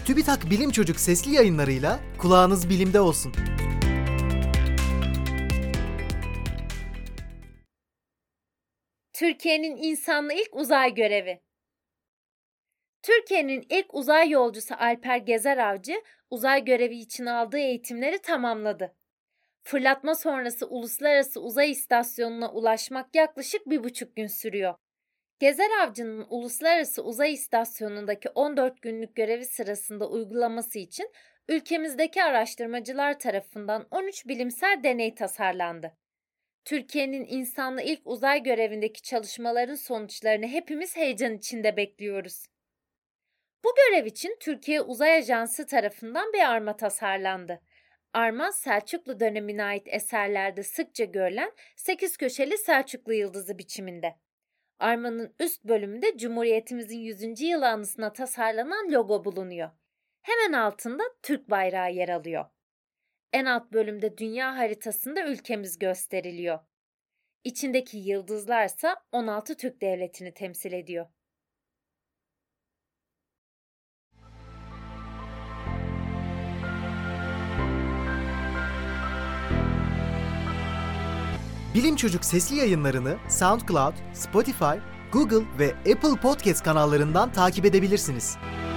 TÜBİTAK Bilim Çocuk sesli yayınlarıyla kulağınız bilimde olsun. Türkiye'nin insanlı ilk uzay görevi. Türkiye'nin ilk uzay yolcusu Alper Gezer Avcı, uzay görevi için aldığı eğitimleri tamamladı. Fırlatma sonrası Uluslararası Uzay İstasyonu'na ulaşmak yaklaşık 1,5 gün sürüyor. Gezer Avcı'nın Uluslararası Uzay İstasyonu'ndaki 14 günlük görevi sırasında uygulaması için ülkemizdeki araştırmacılar tarafından 13 bilimsel deney tasarlandı. Türkiye'nin insanlı ilk uzay görevindeki çalışmaların sonuçlarını hepimiz heyecan içinde bekliyoruz. Bu görev için Türkiye Uzay Ajansı tarafından bir arma tasarlandı. Arma, Selçuklu dönemine ait eserlerde sıkça görülen 8 köşeli Selçuklu yıldızı biçiminde. Armanın üst bölümünde Cumhuriyetimizin 100. yılı anısına tasarlanan logo bulunuyor. Hemen altında Türk bayrağı yer alıyor. En alt bölümde dünya haritasında ülkemiz gösteriliyor. İçindeki yıldızlarsa 16 Türk devletini temsil ediyor. Bilim Çocuk sesli yayınlarını SoundCloud, Spotify, Google ve Apple Podcast kanallarından takip edebilirsiniz.